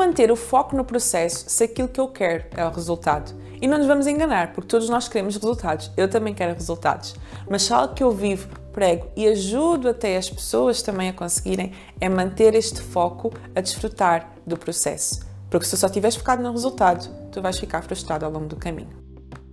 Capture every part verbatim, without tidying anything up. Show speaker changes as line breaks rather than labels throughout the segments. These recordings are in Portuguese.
manter o foco no processo se aquilo que eu quero é o resultado? E não nos vamos enganar, porque todos nós queremos resultados. Eu também quero resultados. Mas só algo que eu vivo, prego e ajudo até as pessoas também a conseguirem é manter este foco a desfrutar do processo. Porque se tu só estiveres focado no resultado, tu vais ficar frustrado ao longo do caminho.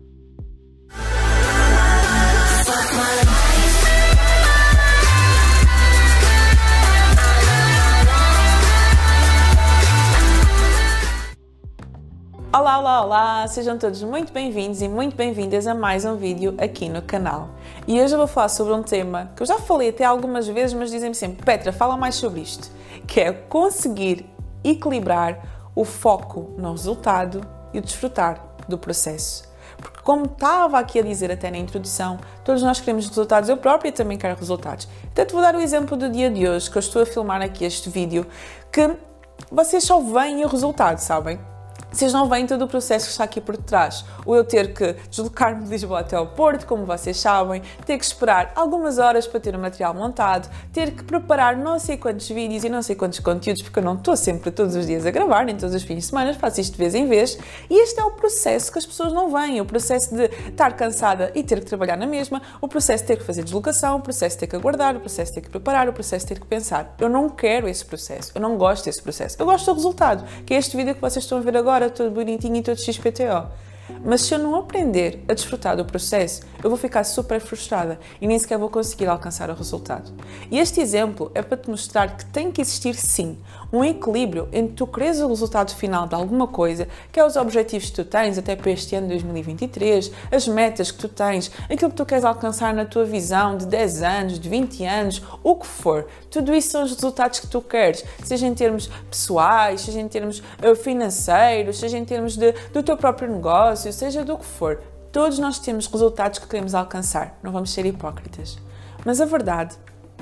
Olá, olá, olá! Sejam todos muito bem-vindos e muito bem-vindas a mais um vídeo aqui no canal. E hoje eu vou falar sobre um tema que eu já falei até algumas vezes, mas dizem-me sempre: Petra, fala mais sobre isto, que é conseguir equilibrar o foco no resultado e o desfrutar do processo. Porque como estava aqui a dizer até na introdução, todos nós queremos resultados, eu própria também quero resultados. Então te vou dar o exemplo do dia de hoje, que eu estou a filmar aqui este vídeo, que vocês só veem o resultado, sabem? Vocês não veem todo o processo que está aqui por detrás. O eu ter que deslocar-me de Lisboa até ao Porto, como vocês sabem, ter que esperar algumas horas para ter o material montado, ter que preparar não sei quantos vídeos e não sei quantos conteúdos, porque eu não estou sempre todos os dias a gravar, nem todos os fins de semana, faço isto de vez em vez. E este é o processo que as pessoas não veem, o processo de estar cansada e ter que trabalhar na mesma, o processo de ter que fazer deslocação, o processo de ter que aguardar, o processo de ter que preparar, o processo de ter que pensar. Eu não quero esse processo, eu não gosto desse processo. Eu gosto do resultado, que é este vídeo que vocês estão a ver agora, todo bonitinho e todo X P T O. Mas se eu não aprender a desfrutar do processo, eu vou ficar super frustrada e nem sequer vou conseguir alcançar o resultado. E este exemplo é para te mostrar que tem que existir sim um equilíbrio entre tu queres o resultado final de alguma coisa, que é os objetivos que tu tens até para este ano de dois mil e vinte e três, as metas que tu tens, aquilo que tu queres alcançar na tua visão de dez anos, de vinte anos, o que for. Tudo isso são os resultados que tu queres, seja em termos pessoais, seja em termos financeiros, seja em termos de, do teu próprio negócio, seja do que for. Todos nós temos resultados que queremos alcançar, não vamos ser hipócritas. Mas a verdade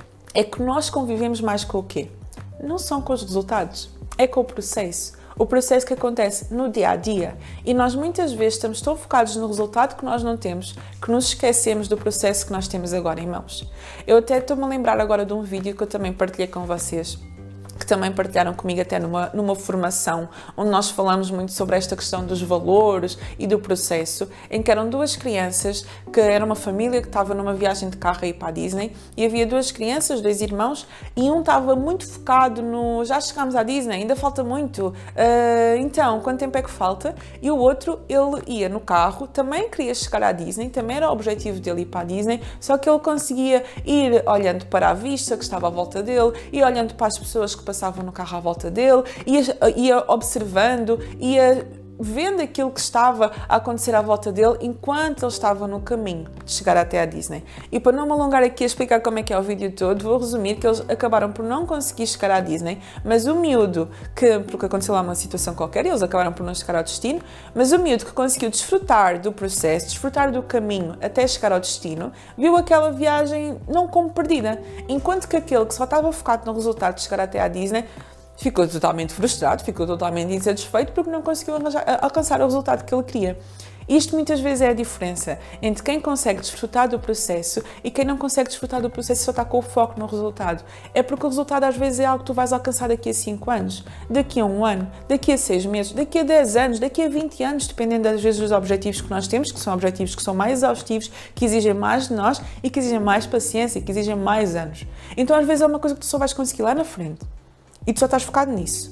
é que nós convivemos mais com o quê? Não são com os resultados, é com o processo. O processo que acontece no dia a dia. E nós muitas vezes estamos tão focados no resultado que nós não temos, que nos esquecemos do processo que nós temos agora em mãos. Eu até estou-me a lembrar agora de um vídeo que eu também partilhei com vocês, que também partilharam comigo até numa, numa formação, onde nós falamos muito sobre esta questão dos valores e do processo, em que eram duas crianças, que era uma família que estava numa viagem de carro a ir para a Disney, e havia duas crianças, dois irmãos, e um estava muito focado no já chegámos à Disney, ainda falta muito, uh, então, quanto tempo é que falta? E o outro, ele ia no carro, também queria chegar à Disney, também era o objetivo dele ir para a Disney, só que ele conseguia ir olhando para a vista que estava à volta dele, e olhando para as pessoas que passavam no carro à volta dele, ia, ia observando, ia vendo aquilo que estava a acontecer à volta dele enquanto ele estava no caminho de chegar até à Disney. E para não me alongar aqui a explicar como é que é o vídeo todo, vou resumir que eles acabaram por não conseguir chegar à Disney, mas o miúdo, que, porque aconteceu lá uma situação qualquer, e eles acabaram por não chegar ao destino, mas o miúdo que conseguiu desfrutar do processo, desfrutar do caminho até chegar ao destino, viu aquela viagem não como perdida, enquanto que aquele que só estava focado no resultado de chegar até à Disney ficou totalmente frustrado, ficou totalmente insatisfeito porque não conseguiu arranjar, alcançar o resultado que ele queria. Isto muitas vezes é a diferença entre quem consegue desfrutar do processo e quem não consegue desfrutar do processo e só está com o foco no resultado. É porque o resultado às vezes é algo que tu vais alcançar daqui a cinco anos, daqui a um ano, daqui a seis meses, daqui a dez anos, daqui a vinte anos, dependendo às vezes dos objetivos que nós temos, que são objetivos que são mais exaustivos, que exigem mais de nós e que exigem mais paciência, que exigem mais anos. Então às vezes é uma coisa que tu só vais conseguir lá na frente. E tu só estás focado nisso,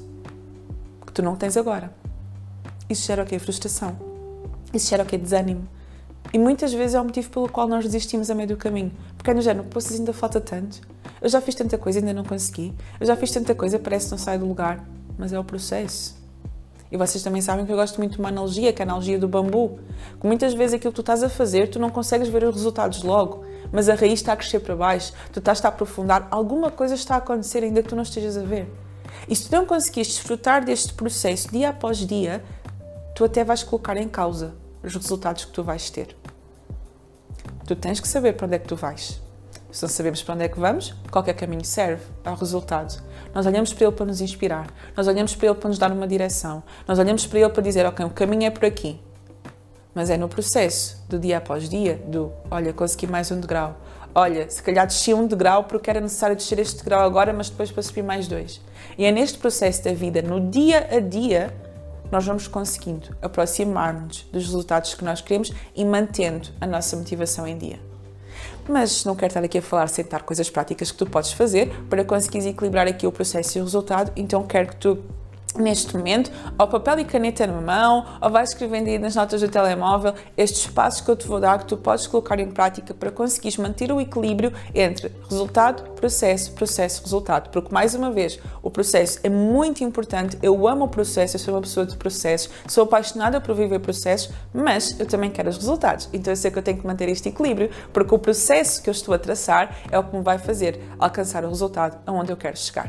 que tu não tens agora. Isso gera o quê? Frustração. Isso gera o quê? Desânimo. E muitas vezes é o motivo pelo qual nós desistimos a meio do caminho. Porque é no género, poxa, ainda falta tanto. Eu já fiz tanta coisa, ainda não consegui. Eu já fiz tanta coisa, parece que não sai do lugar. Mas é o processo. E vocês também sabem que eu gosto muito de uma analogia, que é a analogia do bambu. Que muitas vezes aquilo que tu estás a fazer, tu não consegues ver os resultados logo. Mas a raiz está a crescer para baixo. Tu estás a aprofundar. Alguma coisa está a acontecer ainda que tu não estejas a ver. E se tu não conseguires desfrutar deste processo dia após dia, tu até vais colocar em causa os resultados que tu vais ter. Tu tens que saber para onde é que tu vais. Se não sabemos para onde é que vamos, qualquer caminho serve ao resultado. Nós olhamos para ele para nos inspirar, nós olhamos para ele para nos dar uma direção, nós olhamos para ele para dizer, ok, o caminho é por aqui. Mas é no processo, do dia após dia, do, olha, consegui mais um degrau, olha, se calhar desci um degrau porque era necessário descer este degrau agora, mas depois para subir mais dois. E é neste processo da vida, no dia a dia, nós vamos conseguindo aproximar-nos dos resultados que nós queremos e mantendo a nossa motivação em dia. Mas não quero estar aqui a falar sem dar coisas práticas que tu podes fazer para conseguires equilibrar aqui o processo e o resultado, então quero que tu, neste momento, ao papel e caneta na mão, ou vais escrevendo aí nas notas do telemóvel estes passos que eu te vou dar que tu podes colocar em prática para conseguires manter o equilíbrio entre resultado, processo, processo, resultado. Porque, mais uma vez, o processo é muito importante, eu amo o processo, eu sou uma pessoa de processos, sou apaixonada por viver processos, mas eu também quero os resultados. Então eu sei que eu tenho que manter este equilíbrio, porque o processo que eu estou a traçar é o que me vai fazer alcançar o resultado aonde eu quero chegar.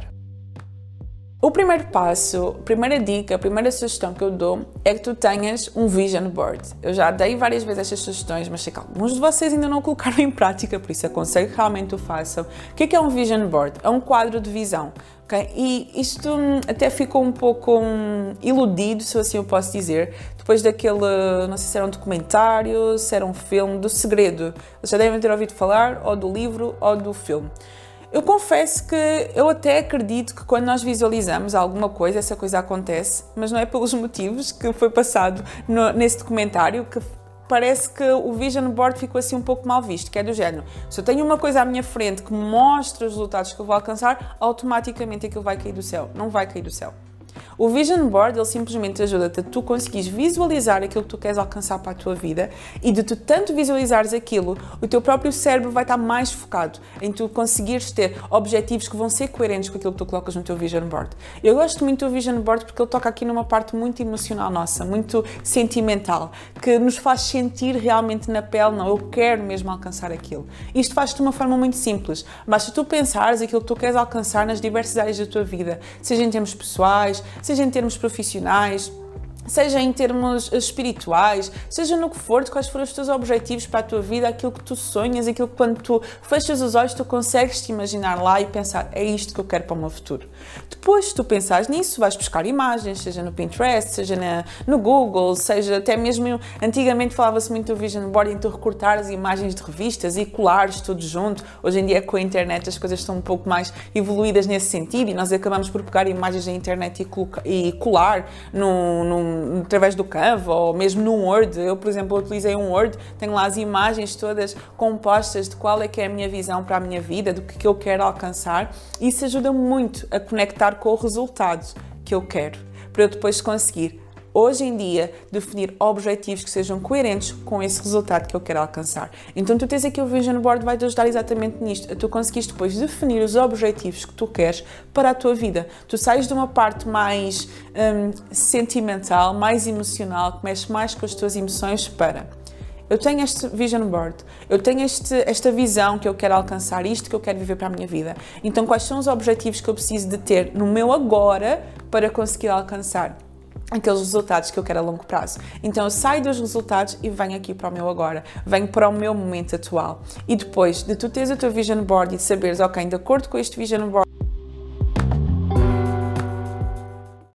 O primeiro passo, a primeira dica, a primeira sugestão que eu dou é que tu tenhas um vision board. Eu já dei várias vezes estas sugestões, mas sei que alguns de vocês ainda não colocaram em prática, por isso aconselho que realmente o façam. O que é que é um vision board? É um quadro de visão. Okay? E isto até ficou um pouco um, iludido, se assim eu posso dizer, depois daquele, não sei se era um documentário, se era um filme, do Segredo. Vocês já devem ter ouvido falar, ou do livro, ou do filme. Eu confesso que eu até acredito que quando nós visualizamos alguma coisa, essa coisa acontece, mas não é pelos motivos que foi passado no, nesse documentário, que parece que o vision board ficou assim um pouco mal visto, que é do género, se eu tenho uma coisa à minha frente que me mostra os resultados que eu vou alcançar, automaticamente aquilo vai cair do céu. Não vai cair do céu. O Vision Board, ele simplesmente ajuda-te a tu conseguires visualizar aquilo que tu queres alcançar para a tua vida e de tu tanto visualizares aquilo, o teu próprio cérebro vai estar mais focado em tu conseguires ter objetivos que vão ser coerentes com aquilo que tu colocas no teu Vision Board. Eu gosto muito do Vision Board porque ele toca aqui numa parte muito emocional nossa, muito sentimental, que nos faz sentir realmente na pele, não, eu quero mesmo alcançar aquilo. Isto faz-te de uma forma muito simples, basta tu pensares aquilo que tu queres alcançar nas diversas áreas da tua vida, seja em termos pessoais, seja em termos profissionais, seja em termos espirituais, seja no que for, quais foram os teus objetivos para a tua vida, aquilo que tu sonhas, aquilo que quando tu fechas os olhos tu consegues te imaginar lá e pensar, é isto que eu quero para o meu futuro. Depois, se tu pensares nisso, vais buscar imagens, seja no Pinterest, seja na, no Google, seja até mesmo, antigamente falava-se muito do Vision Board, em tu recortar as imagens de revistas e colares tudo junto. Hoje em dia com a internet as coisas estão um pouco mais evoluídas nesse sentido e nós acabamos por pegar imagens da internet e, colocar, e colar num, num através do Canva ou mesmo no Word. Eu, por exemplo, utilizei um Word, tenho lá as imagens todas compostas de qual é que é a minha visão para a minha vida, do que eu quero alcançar. Isso ajuda muito a conectar com o resultado que eu quero, para eu depois conseguir, hoje em dia, definir objetivos que sejam coerentes com esse resultado que eu quero alcançar. Então tu tens aqui o Vision Board, vai-te ajudar exatamente nisto, a tu conseguires depois definir os objetivos que tu queres para a tua vida. Tu sais de uma parte mais hum, sentimental, mais emocional, que mexe mais com as tuas emoções para... Eu tenho este Vision Board, eu tenho este, esta visão que eu quero alcançar, isto que eu quero viver para a minha vida. Então quais são os objetivos que eu preciso de ter no meu agora para conseguir alcançar aqueles resultados que eu quero a longo prazo. Então eu saio dos resultados e venho aqui para o meu agora, venho para o meu momento atual. E depois de tu teres o teu Vision Board e de saberes, ok, de acordo com este Vision Board,